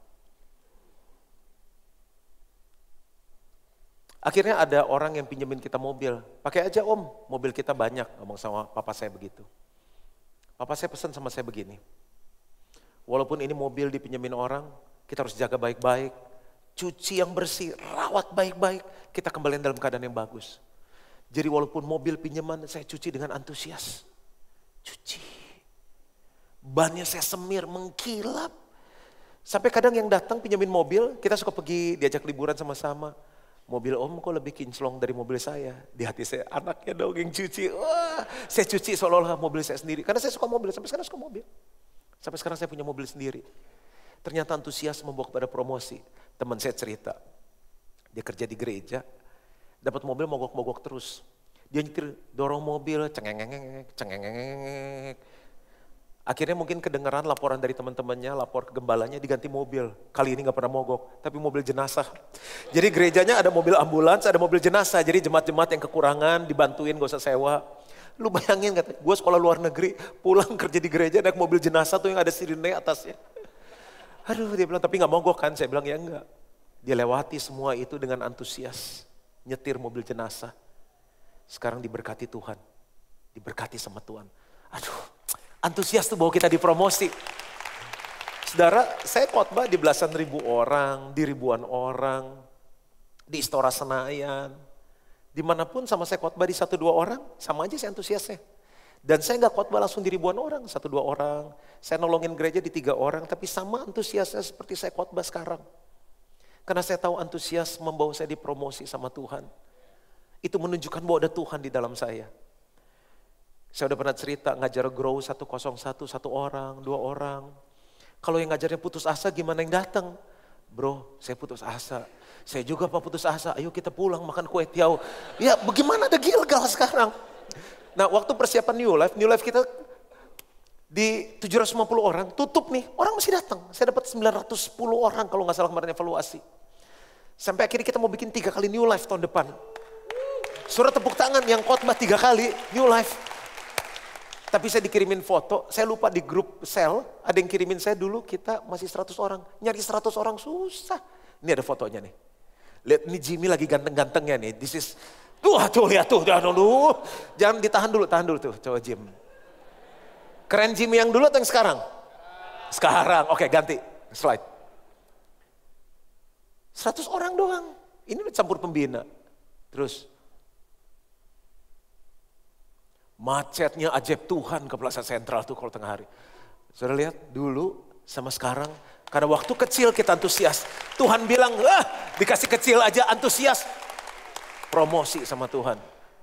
Akhirnya ada orang yang pinjemin kita mobil, pakai aja om, mobil kita banyak, ngomong sama papa saya begitu. Papa saya pesan sama saya begini, walaupun ini mobil dipinjemin orang, kita harus jaga baik-baik, cuci yang bersih, rawat baik-baik, kita kembaliin dalam keadaan yang bagus. Jadi walaupun mobil pinjaman saya cuci dengan antusias, cuci, bannya saya semir, mengkilap. Sampai kadang yang datang pinjemin mobil, kita suka pergi diajak liburan sama-sama. Mobil om kok lebih kinclong dari mobil saya. Di hati saya, anaknya dong yang cuci. Wah, saya cuci seolah-olah mobil saya sendiri. Karena saya suka mobil, sampai sekarang suka mobil. Sampai sekarang saya punya mobil sendiri. Ternyata antusias membawa kepada promosi. Teman saya cerita, dia kerja di gereja, dapat mobil mogok-mogok terus. Dia nyetir, dorong mobil, cengengengeng, cengengengeng. Akhirnya mungkin kedengaran laporan dari teman-temannya, lapor ke gembalanya diganti mobil. Kali ini gak pernah mogok, tapi mobil jenazah. Jadi gerejanya ada mobil ambulans, ada mobil jenazah. Jadi jemaat-jemaat yang kekurangan dibantuin, gak usah sewa. Lu bayangin kata, gue sekolah luar negeri, pulang kerja di gereja naik mobil jenazah tuh yang ada sirine atasnya. Aduh dia bilang, tapi gak mogok kan? Saya bilang ya enggak. Dia lewati semua itu dengan antusias. Nyetir mobil jenazah. Sekarang diberkati Tuhan. Diberkati sama Tuhan. Aduh. Antusias tuh bawa kita dipromosi. Saudara, saya khotbah di belasan ribu orang, di ribuan orang, di Istora Senayan. Dimanapun sama saya khotbah di satu dua orang, sama aja saya antusiasnya. Dan saya gak khotbah langsung di ribuan orang, satu dua orang. Saya nolongin gereja di tiga orang, tapi sama antusiasnya seperti saya khotbah sekarang. Karena saya tahu antusias membawa saya dipromosi sama Tuhan. Itu menunjukkan bahwa ada Tuhan di dalam saya. Saya udah pernah cerita ngajar grow seratus satu, satu orang, dua orang. Kalau yang ngajarnya putus asa gimana yang datang? Bro, saya putus asa. Saya juga pak putus asa, ayo kita pulang makan kue tiaw. Ya bagaimana ada Gilgal sekarang? Nah waktu persiapan New Life, New Life kita di tujuh ratus lima puluh orang, tutup nih, orang masih datang. Saya dapat sembilan ratus sepuluh orang kalau gak salah kemarin evaluasi. Sampai akhirnya kita mau bikin tiga kali New Life tahun depan. Surat tepuk tangan yang khotbah tiga kali New Life. Tapi saya dikirimin foto, saya lupa di grup sel, ada yang kirimin saya dulu kita masih seratus orang. Nyari seratus orang susah. Ini ada fotonya nih. Lihat ini Jimmy lagi ganteng-gantengnya nih. This is, tuh, tuh lihat tuh, jangan dulu. Jangan ditahan dulu, tahan dulu tuh, coba Jim. Keren Jimmy yang dulu atau yang sekarang? Sekarang, oke ganti slide. seratus orang doang, ini udah campur pembina. Terus. Macetnya ajaib Tuhan ke Plaza Sentral tuh kalau tengah hari. Saudara lihat dulu sama sekarang. Karena waktu kecil kita antusias. Tuhan bilang, ah dikasih kecil aja antusias. Promosi sama Tuhan.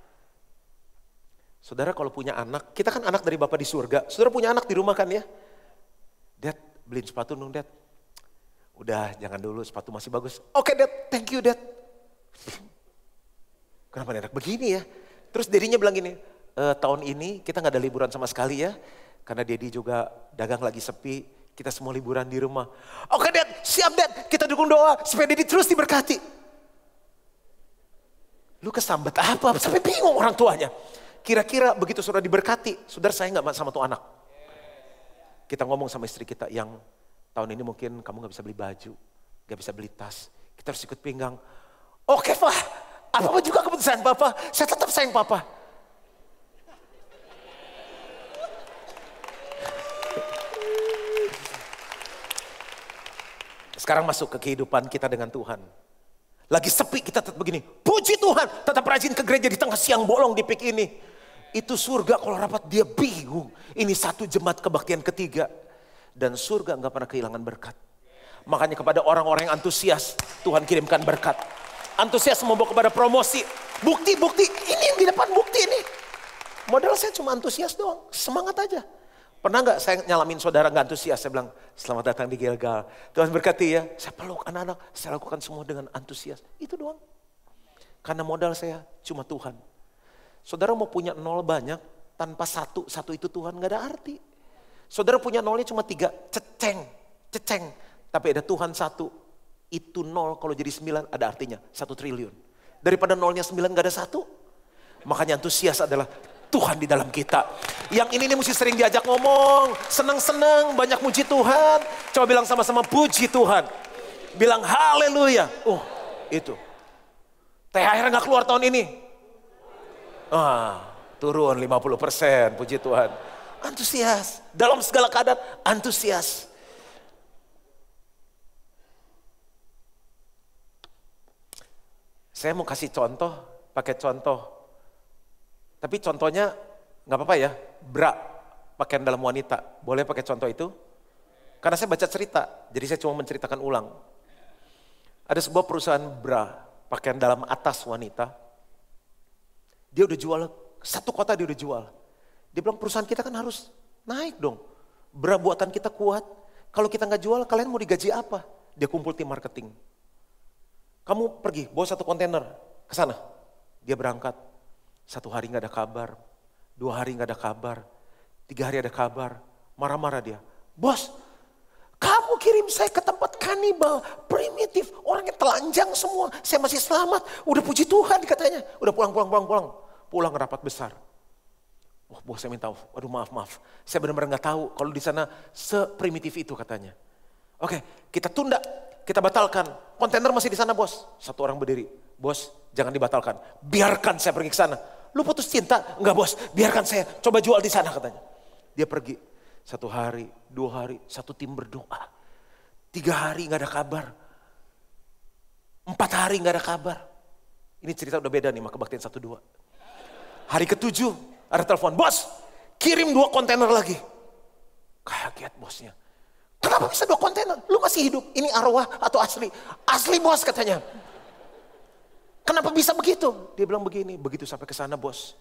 Saudara kalau punya anak, kita kan anak dari Bapa di surga. Saudara punya anak di rumah kan ya? Dad, beliin sepatu dong Dad. Udah jangan dulu, sepatu masih bagus. Oke Dad, thank you Dad. Kenapa enak begini ya? Terus Dedinya bilang gini, e, tahun ini kita gak ada liburan sama sekali ya. Karena Dedi juga dagang lagi sepi, kita semua liburan di rumah. Oke Dad, siap Dad, kita dukung doa supaya Dedi terus diberkati. Lu kesambet apa? Sampai bingung orang tuanya. Kira-kira begitu saudara diberkati, saudara saya gak sama tuh anak. Kita ngomong sama istri kita yang tahun ini mungkin kamu gak bisa beli baju, gak bisa beli tas. Kita harus ikut pinggang. Oke Pak, apa juga keputusan Papa, saya tetap sayang Papa. Sekarang masuk ke kehidupan kita dengan Tuhan. Lagi sepi kita tetap begini. Puji Tuhan, tetap rajin ke gereja di tengah siang bolong di pik ini. Itu surga kalau rapat dia bingung. Ini satu jemaat kebaktian ketiga. Dan surga nggak pernah kehilangan berkat. Makanya kepada orang-orang yang antusias, Tuhan kirimkan berkat. Antusias membawa kepada promosi. Bukti-bukti, ini yang di depan bukti ini. Modal saya cuma antusias doang, semangat aja. Pernah nggak saya nyalamin saudara nggak antusias? Saya bilang, selamat datang di Gilgal. Tuhan berkati ya, saya peluk anak-anak, saya lakukan semua dengan antusias. Itu doang. Karena modal saya cuma Tuhan. Saudara mau punya nol banyak, tanpa satu, satu itu Tuhan nggak ada arti. Saudara punya nolnya cuma tiga, ceceng, ceceng. Tapi ada Tuhan satu, itu nol kalau jadi sembilan ada artinya, satu triliun. Daripada nolnya sembilan gak ada satu. Makanya antusias adalah Tuhan di dalam kita. Yang ini nih mesti sering diajak ngomong, senang-senang, banyak muji Tuhan. Coba bilang sama-sama puji Tuhan. Bilang haleluya. Oh itu. T H R gak keluar tahun ini. Ah, turun lima puluh persen, puji Tuhan. Antusias, dalam segala keadaan antusias. Saya mau kasih contoh, pakai contoh. Tapi contohnya nggak apa-apa ya, bra, pakaian dalam wanita. Boleh pakai contoh itu? Karena saya baca cerita, jadi saya cuma menceritakan ulang. Ada sebuah perusahaan bra, pakaian dalam atas wanita. Dia udah jual, satu kota dia udah jual. Dia bilang perusahaan kita kan harus naik dong. Bra buatan kita kuat. Kalau kita nggak jual, kalian mau digaji apa? Dia kumpul tim marketing. Kamu pergi, bawa satu kontainer ke sana. Dia berangkat. Satu hari nggak ada kabar. Dua hari nggak ada kabar. Tiga hari ada kabar. Marah-marah dia. Bos, kamu kirim saya ke tempat kanibal, primitif. Orangnya telanjang semua. Saya masih selamat. Udah puji Tuhan katanya. Udah pulang, pulang, pulang, pulang. Pulang rapat besar. Wah, bos saya minta, aduh maaf, maaf. Saya benar-benar gak tahu kalau di sana seprimitif itu katanya. Oke, kita tunda, kita batalkan. Kontainer masih di sana bos. Satu orang berdiri, bos jangan dibatalkan. Biarkan saya pergi ke sana. Lu putus cinta? Enggak bos, biarkan saya coba jual di sana katanya. Dia pergi, satu hari, dua hari, satu tim berdoa. Tiga hari gak ada kabar. Empat hari gak ada kabar. Ini cerita udah beda nih sama kebaktian satu dua. Hari ketujuh, ada telepon, bos kirim dua kontainer lagi. Kaget bosnya. Kenapa bisa dua kontainer? Lu masih hidup, ini arwah atau asli? Asli bos katanya. Kenapa bisa begitu? Dia bilang begini, begitu sampai ke sana bos.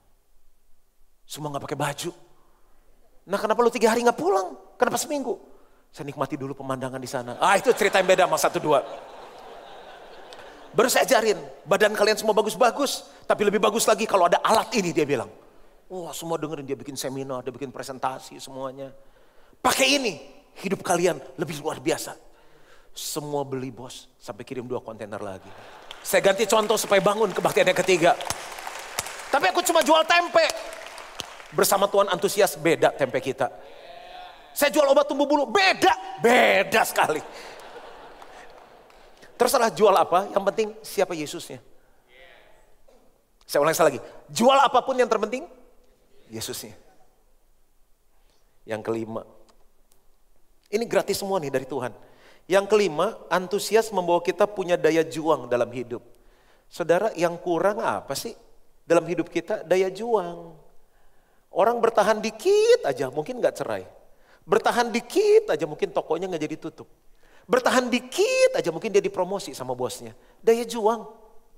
Semua gak pakai baju. Nah kenapa lu tiga hari gak pulang? Kenapa seminggu? Saya nikmati dulu pemandangan di sana. Ah itu cerita yang beda sama satu dua. Baru saya ajarin, badan kalian semua bagus-bagus. Tapi lebih bagus lagi kalau ada alat ini dia bilang. Wah semua dengerin, dia bikin seminar, dia bikin presentasi semuanya. Pakai ini, hidup kalian lebih luar biasa. Semua beli bos, sampai kirim dua kontainer lagi. Saya ganti contoh supaya bangun kebaktian yang ketiga. Tapi aku cuma jual tempe. Bersama Tuhan antusias, beda tempe kita. Saya jual obat tumbuh bulu, beda, beda sekali. Terserah jual apa, yang penting siapa Yesusnya. Saya ulang sekali lagi, jual apapun yang terpenting, Yesusnya. Yang kelima, ini gratis semua nih dari Tuhan. Yang kelima, antusias membawa kita punya daya juang dalam hidup. Saudara, yang kurang apa sih dalam hidup kita? Daya juang. Orang bertahan dikit aja mungkin gak cerai. Bertahan dikit aja mungkin tokonya gak jadi tutup. Bertahan dikit aja mungkin dia dipromosi sama bosnya. Daya juang.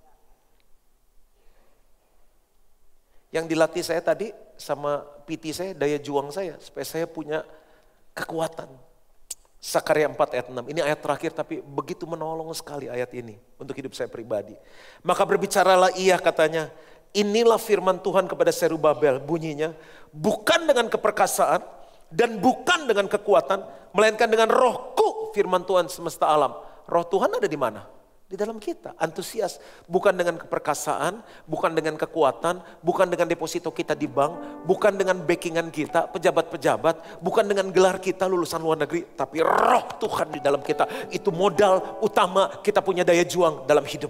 Yang dilatih saya tadi sama P T saya, daya juang saya. Supaya saya punya kekuatan. Sakaria empat ayat enam, ini ayat terakhir tapi begitu menolong sekali ayat ini untuk hidup saya pribadi. Maka berbicaralah ia katanya, inilah firman Tuhan kepada Zerubabel, bunyinya, bukan dengan keperkasaan dan bukan dengan kekuatan, melainkan dengan rohku, firman Tuhan semesta alam. Roh Tuhan ada di mana? Di dalam kita, antusias. Bukan dengan keperkasaan, bukan dengan kekuatan, bukan dengan deposito kita di bank, bukan dengan backingan kita, pejabat-pejabat, bukan dengan gelar kita lulusan luar negeri, tapi roh Tuhan di dalam kita. Itu modal utama kita punya daya juang dalam hidup.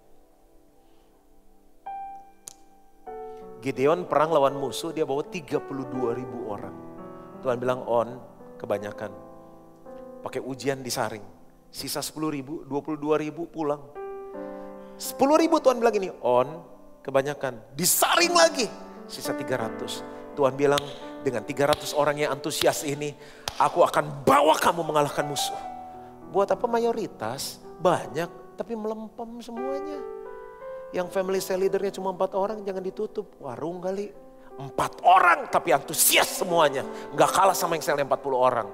Gideon perang lawan musuh, dia bawa tiga puluh dua ribu orang. Tuhan bilang on, kebanyakan. Pakai ujian disaring. Sisa sepuluh ribu, dua puluh dua ribu pulang. sepuluh ribu Tuhan bilang ini, on, kebanyakan. Disaring lagi, sisa tiga ratus. Tuhan bilang, dengan tiga ratus orang yang antusias ini, aku akan bawa kamu mengalahkan musuh. Buat apa mayoritas? Banyak, tapi melempem semuanya. Yang family cell leadernya cuma empat orang, jangan ditutup. Warung kali. Empat orang, tapi antusias semuanya. Gak kalah sama yang selnya empat puluh orang.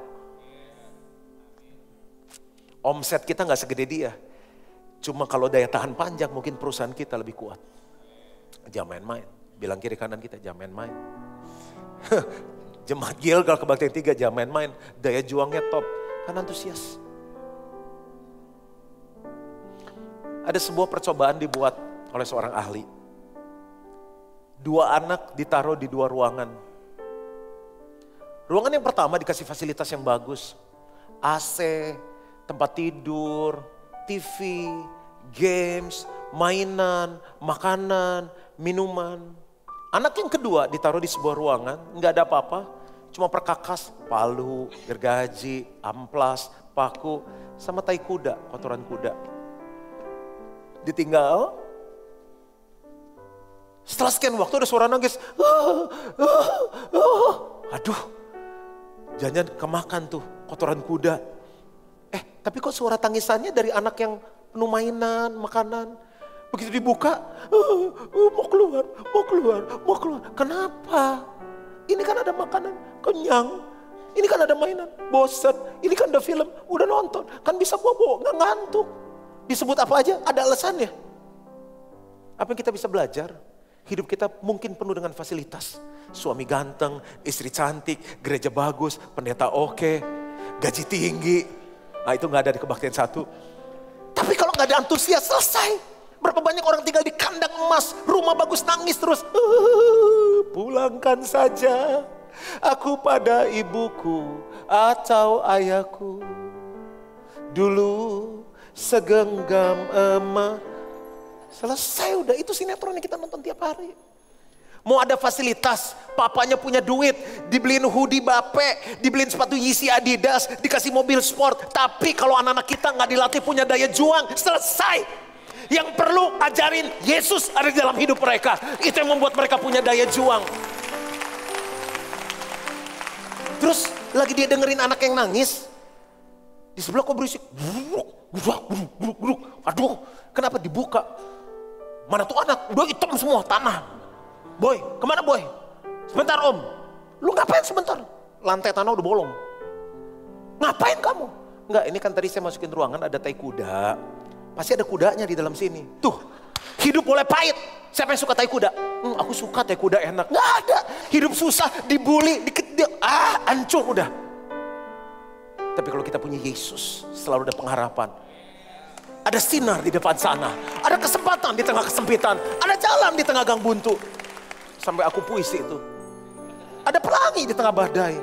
Omset kita gak segede dia. Cuma kalau daya tahan panjang mungkin perusahaan kita lebih kuat. Jangan main-main. Bilang kiri kanan kita jangan main-main. Jemaat Gilgal Kebaktian tiga jangan main-main. Daya juangnya top. Kan antusias. Ada sebuah percobaan dibuat oleh seorang ahli. Dua anak ditaruh di dua ruangan. Ruangan yang pertama dikasih fasilitas yang bagus. A C, tempat tidur, T V, games, mainan, makanan, minuman. Anak yang kedua ditaruh di sebuah ruangan, nggak ada apa-apa, cuma perkakas, palu, gergaji, amplas, paku, sama tai kuda, kotoran kuda. Ditinggal, setelah sekian waktu ada suara nangis. Ah, ah, ah. Aduh, jangan kemakan tuh kotoran kuda. Eh, tapi kok suara tangisannya dari anak yang penuh mainan, makanan. Begitu dibuka, uh, uh, mau keluar, mau keluar, mau keluar. Kenapa? Ini kan ada makanan, kenyang. Ini kan ada mainan, bosan. Ini kan ada film, udah nonton. Kan bisa bobo, gak ngantuk. Disebut apa aja, ada alasannya. Apa yang kita bisa belajar? Hidup kita mungkin penuh dengan fasilitas. Suami ganteng, istri cantik, gereja bagus, pendeta oke, gaji tinggi. Nah itu gak ada di Kebaktian satu. Tapi kalau gak ada antusias, selesai. Berapa banyak orang tinggal di kandang emas, rumah bagus, nangis terus. Uh, pulangkan saja aku pada ibuku atau ayahku. Dulu segenggam emas. Selesai udah, itu sinetron yang kita nonton tiap hari. Mau ada fasilitas, papanya punya duit, dibeliin hoodie Bape, dibeliin sepatu Yeezy Adidas, dikasih mobil sport. Tapi kalau anak-anak kita nggak dilatih punya daya juang, selesai. Yang perlu ajarin Yesus ada di dalam hidup mereka. Itu yang membuat mereka punya daya juang. Terus lagi dia dengerin anak yang nangis, di sebelah kok berisik. Aduh, kenapa dibuka? Mana tuh anak? Udah hitam semua tanah. Boy, kemana boy? Sebentar om. Lu ngapain sebentar? Lantai tanah udah bolong. Ngapain kamu? Enggak, ini kan tadi saya masukin ruangan ada tai kuda. Pasti ada kudanya di dalam sini. Tuh, hidup boleh pahit. Siapa yang suka tai kuda? Hmm, aku suka tai kuda enak. Nggak ada. Hidup susah, dibully, dikedik. Ah, hancur udah. Tapi kalau kita punya Yesus, selalu ada pengharapan. Ada sinar di depan sana. Ada kesempatan di tengah kesempitan. Ada jalan di tengah gang buntu. Sampai aku puisi itu. Ada pelangi di tengah badai.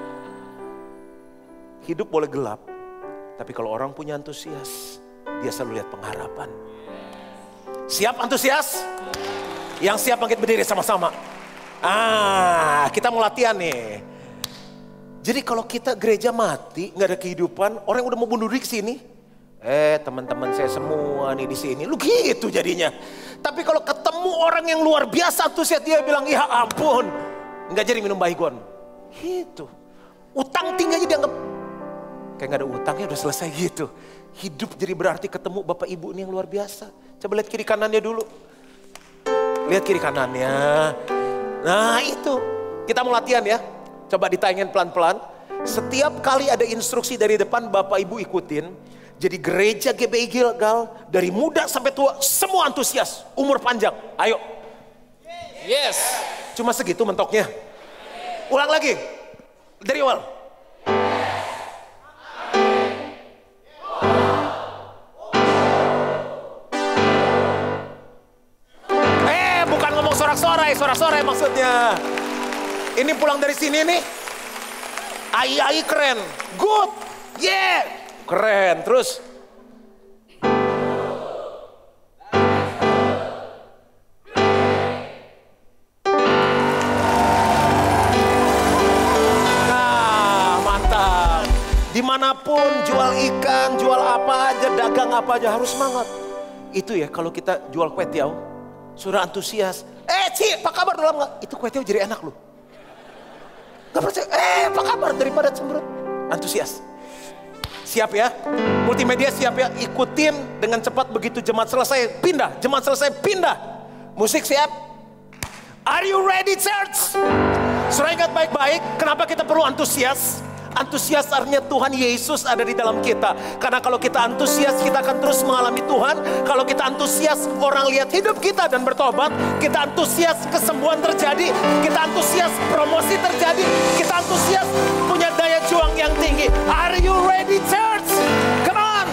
Hidup boleh gelap. Tapi kalau orang punya antusias, dia selalu lihat pengharapan. Siap antusias? Yang siap bangkit berdiri sama-sama. Ah, kita mau latihan nih. Jadi kalau kita gereja mati, nggak ada kehidupan, orang yang udah mau bunuh diri kesini, eh teman-teman saya semua nih di sini, lu gitu jadinya. Tapi kalau ketemu orang yang luar biasa antusias, dia bilang ya ampun, nggak jadi minum baygon. Gitu. Utang tinggi aja dianggap kayak nggak ada utangnya udah selesai gitu. Hidup jadi berarti ketemu bapak ibu ini yang luar biasa. Coba lihat kiri kanannya dulu. Lihat kiri kanannya. Nah itu, kita mau latihan ya. Coba ditayangin pelan-pelan. Setiap kali ada instruksi dari depan, Bapak Ibu ikutin. Jadi gereja G B I Gilgal dari muda sampai tua semua antusias, umur panjang. Ayo. Yes. Cuma segitu mentoknya. Ulang lagi. Dari awal. Eh, bukan ngomong sorak-sorai, sorak-sorai maksudnya. Ini pulang dari sini nih. Ai-ai keren. Good. Yeah. Keren. Terus. Nah, mantap. Dimanapun jual ikan, jual apa aja, dagang apa aja harus semangat. Itu ya kalau kita jual kue tiaw, sudah antusias. Eh, Ci, apa kabar dalam nggak? Itu kue tiaw jadi enak loh. Gak percaya, eh apa kabar daripada cemberut. Antusias. Siap ya, multimedia siap ya, ikutin dengan cepat begitu jemaat selesai, pindah, jemaat selesai, pindah. Musik siap. Are you ready church? Sudah ingat baik-baik, kenapa kita perlu antusias? Antusias artinya Tuhan Yesus ada di dalam kita. Karena kalau kita antusias, kita akan terus mengalami Tuhan. Kalau kita antusias, orang lihat hidup kita dan bertobat. Kita antusias, kesembuhan terjadi. Kita antusias, promosi terjadi. Kita antusias, punya daya juang yang tinggi. Are you ready church? Come on.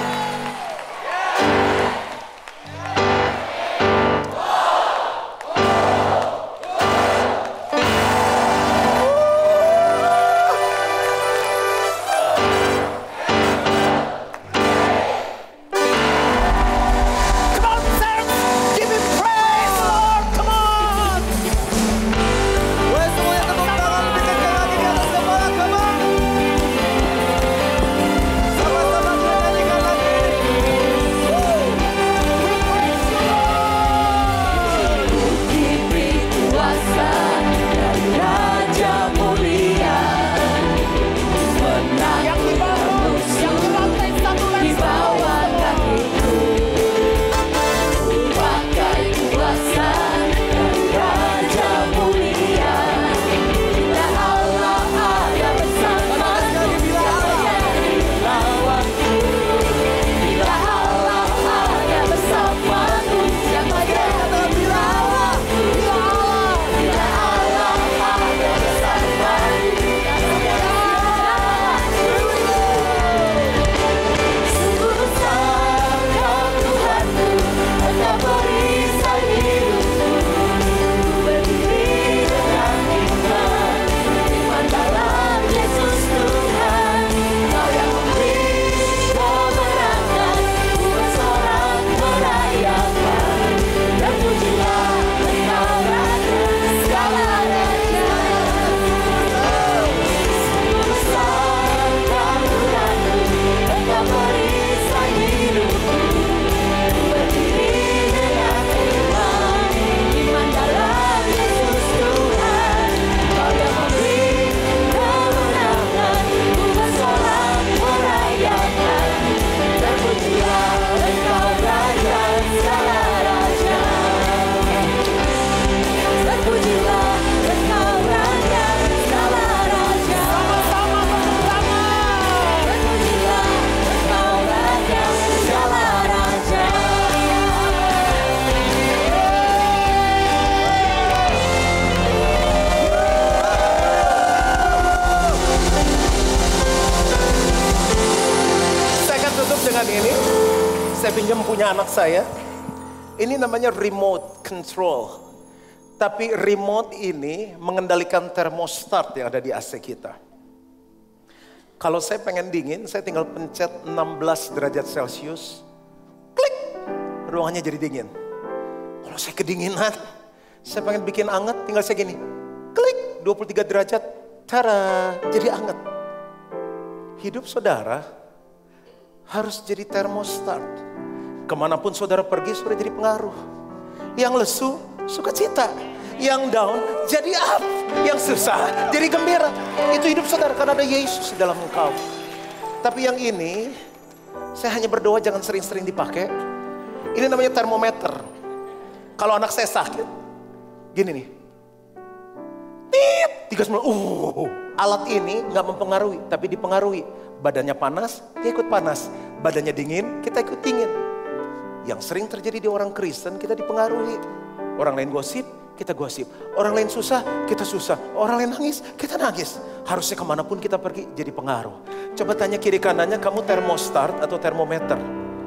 Pinjam punya anak saya, ini namanya remote control. Tapi remote ini mengendalikan termostat yang ada di A C kita. Kalau saya pengen dingin, saya tinggal pencet enam belas derajat Celcius, klik, ruangannya jadi dingin. Kalau saya kedinginan, saya pengen bikin anget, tinggal saya gini, klik, dua puluh tiga derajat, cara jadi anget. Hidup saudara harus jadi termostat. Kemanapun saudara pergi, saudara jadi pengaruh. Yang lesu, sukacita. Yang down, jadi up. Yang susah, jadi gembira. Itu hidup saudara, karena ada Yesus di dalam engkau. Tapi yang ini, saya hanya berdoa jangan sering-sering dipakai. Ini namanya termometer. Kalau anak saya sakit, gini nih. tit, tiga sembilan. Uh, alat ini nggak mempengaruhi, tapi dipengaruhi. Badannya panas, dia ikut panas. Badannya dingin, kita ikut dingin. Yang sering terjadi di orang Kristen, kita dipengaruhi. Orang lain gosip, kita gosip. Orang lain susah, kita susah. Orang lain nangis, kita nangis. Harusnya kemanapun kita pergi, jadi pengaruh. Coba tanya kiri kanannya, kamu termostat atau termometer?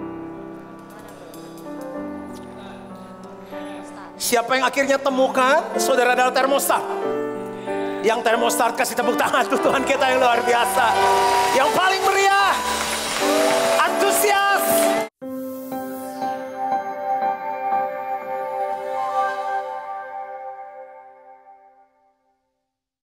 Siapa yang akhirnya temukan? Saudara adalah termostat. Yang termostat kasih tepuk tangan tuh Tuhan kita yang luar biasa. Yang